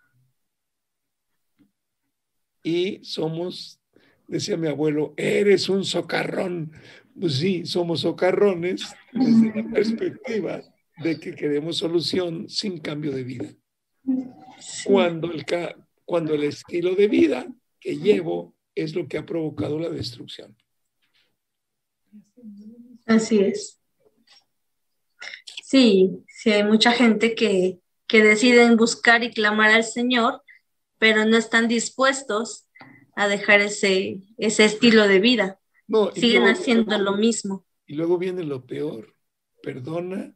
Y somos, decía mi abuelo, eres un socarrón. Pues sí, somos socarrones desde la perspectiva de que queremos solución sin cambio de vida. Sí. Cuando, el, cuando el estilo de vida que llevo es lo que ha provocado la destrucción. Así es. Sí, sí, hay mucha gente que, que deciden buscar y clamar al Señor, pero no están dispuestos a dejar ese, ese estilo de vida. No, siguen luego, haciendo lo mismo. Y luego viene lo peor. Perdona.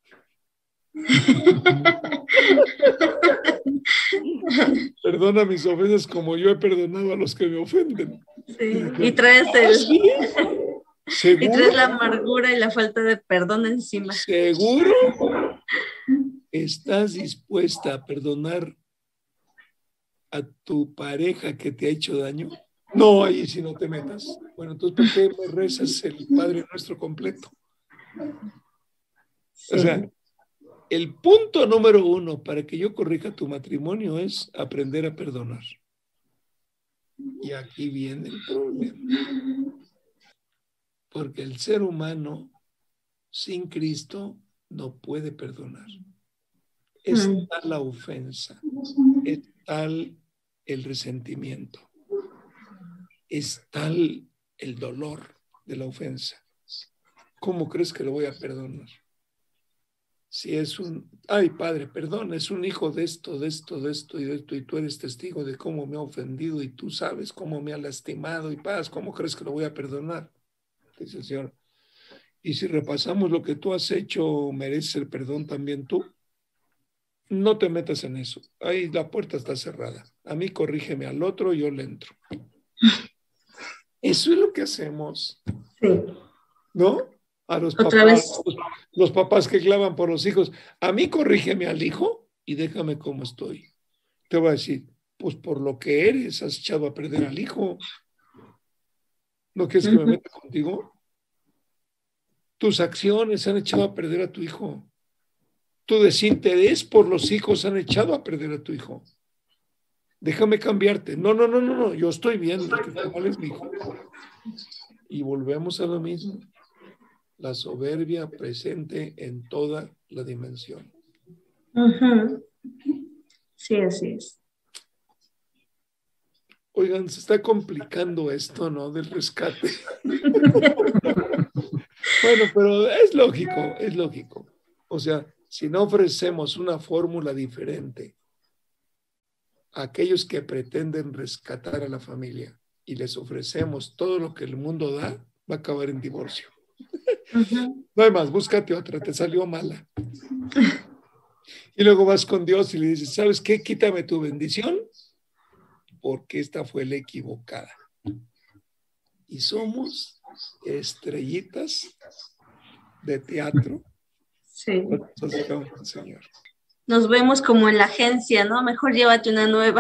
Perdona mis ofensas como yo he perdonado a los que me ofenden. Sí, y traes el... ¿Sí? ¿Seguro? Y traes la amargura y la falta de perdón encima. ¿Seguro? ¿Estás dispuesta a perdonar a tu pareja que te ha hecho daño? No, ahí sí no te metas. Bueno, entonces, ¿por qué me rezas el Padre Nuestro completo? Sí. O sea, el punto número uno para que yo corrija tu matrimonio es aprender a perdonar. Y aquí viene el problema. Porque el ser humano sin Cristo no puede perdonar. Es tal la ofensa, es tal el resentimiento, es tal el dolor de la ofensa. ¿Cómo crees que lo voy a perdonar? Si es un, ay padre, perdón, es un hijo de esto, de esto, de esto y de esto, y tú eres testigo de cómo me ha ofendido y tú sabes cómo me ha lastimado y paz, ¿cómo crees que lo voy a perdonar? Dice el Señor. Y si repasamos lo que tú has hecho, ¿mereces el perdón también tú? No te metas en eso. Ahí la puerta está cerrada. A mí corrígeme, al otro yo le entro. Eso es lo que hacemos. Sí. ¿No? A los papás, los, los papás que clavan por los hijos. A mí corrígeme al hijo y déjame como estoy. Te voy a decir, pues por lo que eres, has echado a perder al hijo. ¿No quieres que me meta contigo? Tus acciones han echado a perder a tu hijo. Tu desinterés por los hijos han echado a perder a tu hijo. Déjame cambiarte. No, no, no, no, no. Yo estoy bien. El que está mal es mi hijo. Y volvemos a lo mismo. La soberbia presente en toda la dimensión. Uh-huh. Sí, así es. Oigan, se está complicando esto, ¿no? Del rescate. Bueno, pero es lógico, es lógico. O sea, si no ofrecemos una fórmula diferente a aquellos que pretenden rescatar a la familia y les ofrecemos todo lo que el mundo da, va a acabar en divorcio. Uh-huh. No hay más, búscate otra, te salió mala. Y luego vas con Dios y le dices, ¿sabes qué? Quítame tu bendición, porque esta fue la equivocada. Y somos estrellitas de teatro. Sí. Señor. Nos vemos como en la agencia, ¿no? Mejor llévate una nueva.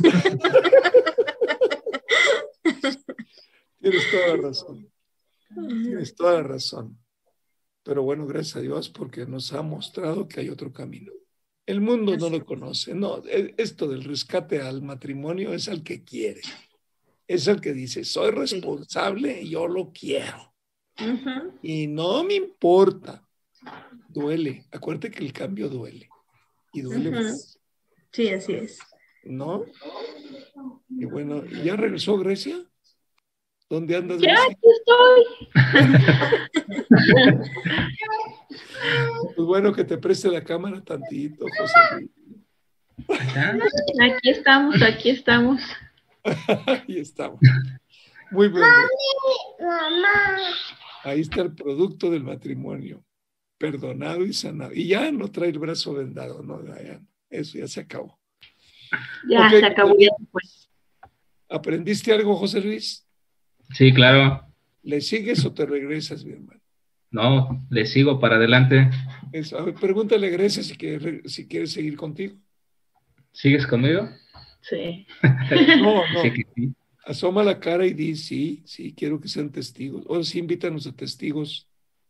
Tienes toda la razón. Tienes toda la razón. Pero bueno, gracias a Dios porque nos ha mostrado que hay otro camino. El mundo no lo conoce. No, esto del rescate al matrimonio es al que quiere. Es al que dice, soy responsable y yo lo quiero. Uh-huh. Y no me importa. Duele. Acuérdate que el cambio duele. Y duele uh-huh. más. Sí, así es. ¿No? Y bueno, ¿ya regresó Grecia? ¿Dónde andas, ya, Grecia? aquí estoy. Pues bueno, que te preste la cámara tantito, José. Aquí estamos, aquí estamos. Ahí estamos. Muy bien. Mamá. Ahí está el producto del matrimonio. Perdonado y sanado. Y ya no trae el brazo vendado, no, ya, eso ya se acabó. Ya okay, se acabó ya después. ¿Aprendiste algo, José Luis? Sí, claro. ¿Le sigues o te regresas, mi hermano? No, le sigo para adelante. Eso. A ver, pregúntale a Grecia si quiere, si quiere seguir contigo. ¿Sigues conmigo? Sí. No, no. Sí, que sí. Asoma la cara y di, sí, sí, quiero que sean testigos. O sí, invítanos a testigos.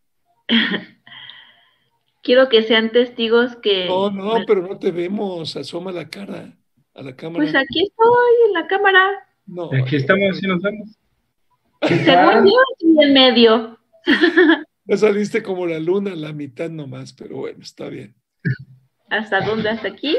Quiero que sean testigos que... No, no, me- pero no te vemos. Asoma la cara a la cámara. Pues aquí estoy en la cámara. No, Aquí estamos y nos vemos. Según yo, estoy en medio. ya saliste como la luna, la mitad nomás, pero bueno, está bien. ¿Hasta dónde? ¿Hasta aquí?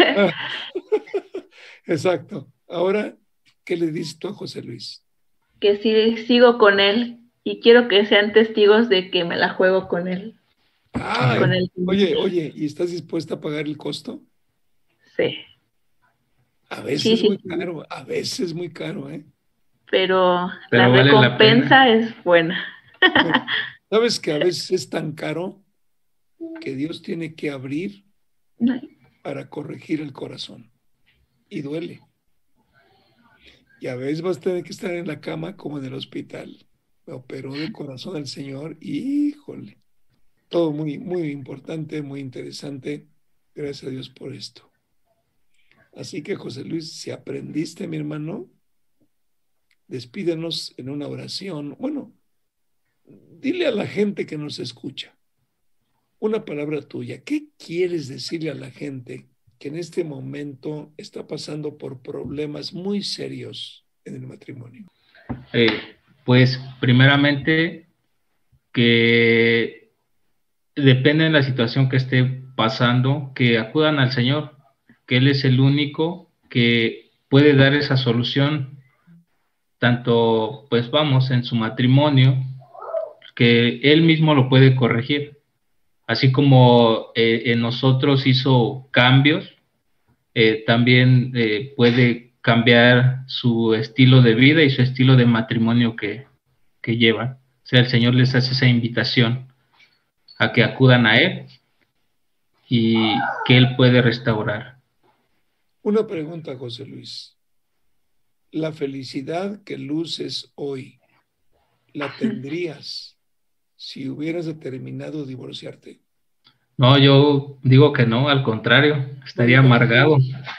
Exacto. Ahora, ¿qué le dices tú a José Luis? Que sí sigo con él y quiero que sean testigos de que me la juego con él. Ay, Con él. oye, oye, ¿y estás dispuesta a pagar el costo? Sí, A veces Sí, es sí, muy sí. caro, a veces es muy caro, ¿eh? pero, Pero la vale la recompensa es buena. Bueno, ¿sabes que a veces es tan caro que Dios tiene que abrir para corregir el corazón? Y duele. Y a veces vas a tener que estar en la cama como en el hospital. Me operó de corazón el Señor, híjole. Todo muy, muy importante, muy interesante. Gracias a Dios por esto. Así que, José Luis, si aprendiste, mi hermano, despídenos en una oración. Bueno, dile a la gente que nos escucha una palabra tuya. ¿Qué quieres decirle a la gente que en este momento está pasando por problemas muy serios en el matrimonio? Eh, pues primeramente que depende de la situación que esté pasando, que acudan al Señor, que Él es el único que puede dar esa solución, tanto pues vamos en su matrimonio, que Él mismo lo puede corregir, así como eh, en nosotros hizo cambios, eh, también eh, puede cambiar su estilo de vida y su estilo de matrimonio que, que llevan. O sea, el Señor les hace esa invitación a que acudan a Él y que Él puede restaurar. Una pregunta, José Luis. La felicidad que luces hoy, ¿la tendrías si hubieras determinado divorciarte? No, yo digo que no, al contrario, estaría amargado.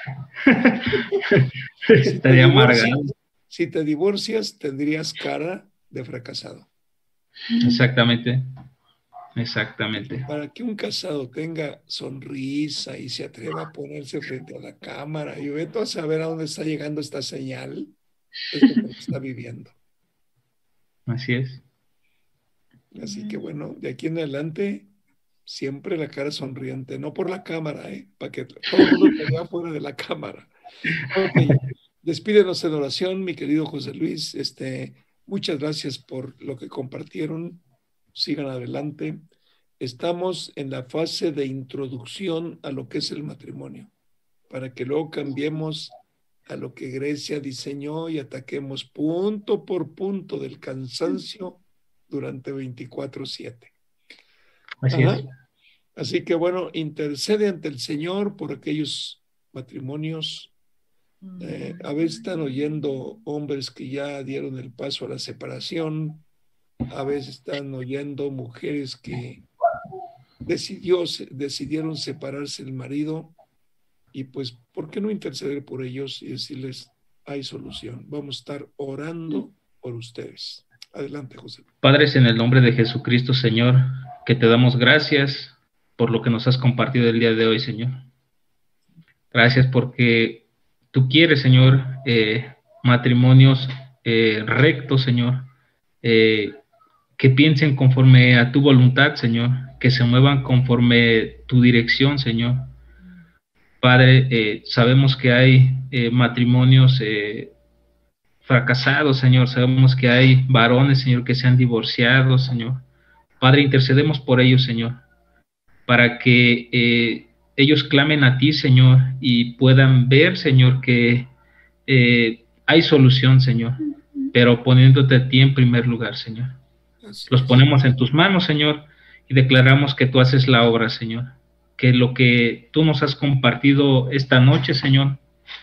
Estaría amargado. Si te divorcias, tendrías cara de fracasado. Exactamente, exactamente. Para que un casado tenga sonrisa y se atreva a ponerse frente a la cámara y vete a saber a dónde está llegando esta señal, es lo que está viviendo. Así es. Así que bueno, de aquí en adelante, siempre la cara sonriente, no por la cámara, ¿eh? Para que todo el mundo te vea fuera de la cámara. Okay. Despídenos en oración, mi querido José Luis. Este, muchas gracias por lo que compartieron. Sigan adelante. Estamos en la fase de introducción a lo que es el matrimonio, para que luego cambiemos a lo que Grecia diseñó y ataquemos punto por punto del cansancio durante veinticuatro siete. Así es. Así que bueno, intercede ante el Señor por aquellos matrimonios. Eh, a veces están oyendo hombres que ya dieron el paso a la separación, a veces están oyendo mujeres que decidió, decidieron separarse del marido, y pues, ¿por qué no interceder por ellos y decirles, hay solución? Vamos a estar orando por ustedes. Adelante, José. Padres, en el nombre de Jesucristo, Señor, que te damos gracias por lo que nos has compartido el día de hoy, Señor. Gracias porque tú quieres, Señor, eh, matrimonios eh, rectos, Señor, eh, que piensen conforme a tu voluntad, Señor, que se muevan conforme tu dirección, Señor. Padre, eh, sabemos que hay eh, matrimonios eh, fracasados, Señor. Sabemos que hay varones, Señor, que se han divorciado, Señor. Padre, intercedemos por ellos, Señor, para que eh, ellos clamen a ti, Señor, y puedan ver, Señor, que eh, hay solución, Señor, pero poniéndote a ti en primer lugar, Señor. Los ponemos en tus manos, Señor, y declaramos que tú haces la obra, Señor, que lo que tú nos has compartido esta noche, Señor,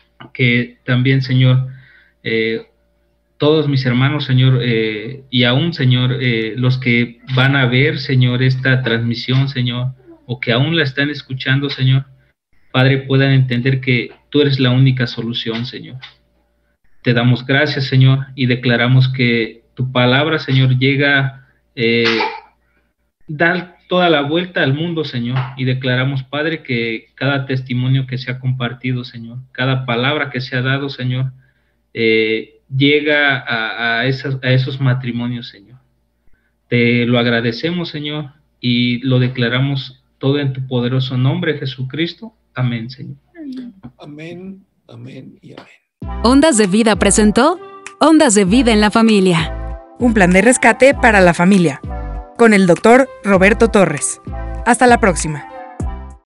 que también, Señor, eh, todos mis hermanos, Señor, eh, y aún, Señor, eh, los que van a ver, Señor, esta transmisión, Señor, o que aún la están escuchando, Señor, Padre, puedan entender que tú eres la única solución, Señor. te damos gracias, Señor, y declaramos que tu palabra, Señor, llega, eh, dar toda la vuelta al mundo, Señor, y declaramos, Padre, que cada testimonio que se ha compartido, Señor, cada palabra que se ha dado, Señor, eh, llega a, a, esas, a esos matrimonios, Señor. Te lo agradecemos, Señor, y lo declaramos todo en tu poderoso nombre, Jesucristo. Amén, Señor. Amén, amén y amén. Ondas de Vida presentó Ondas de Vida en la Familia. Un plan de rescate para la familia. Con el doctor Roberto Torres. Hasta la próxima.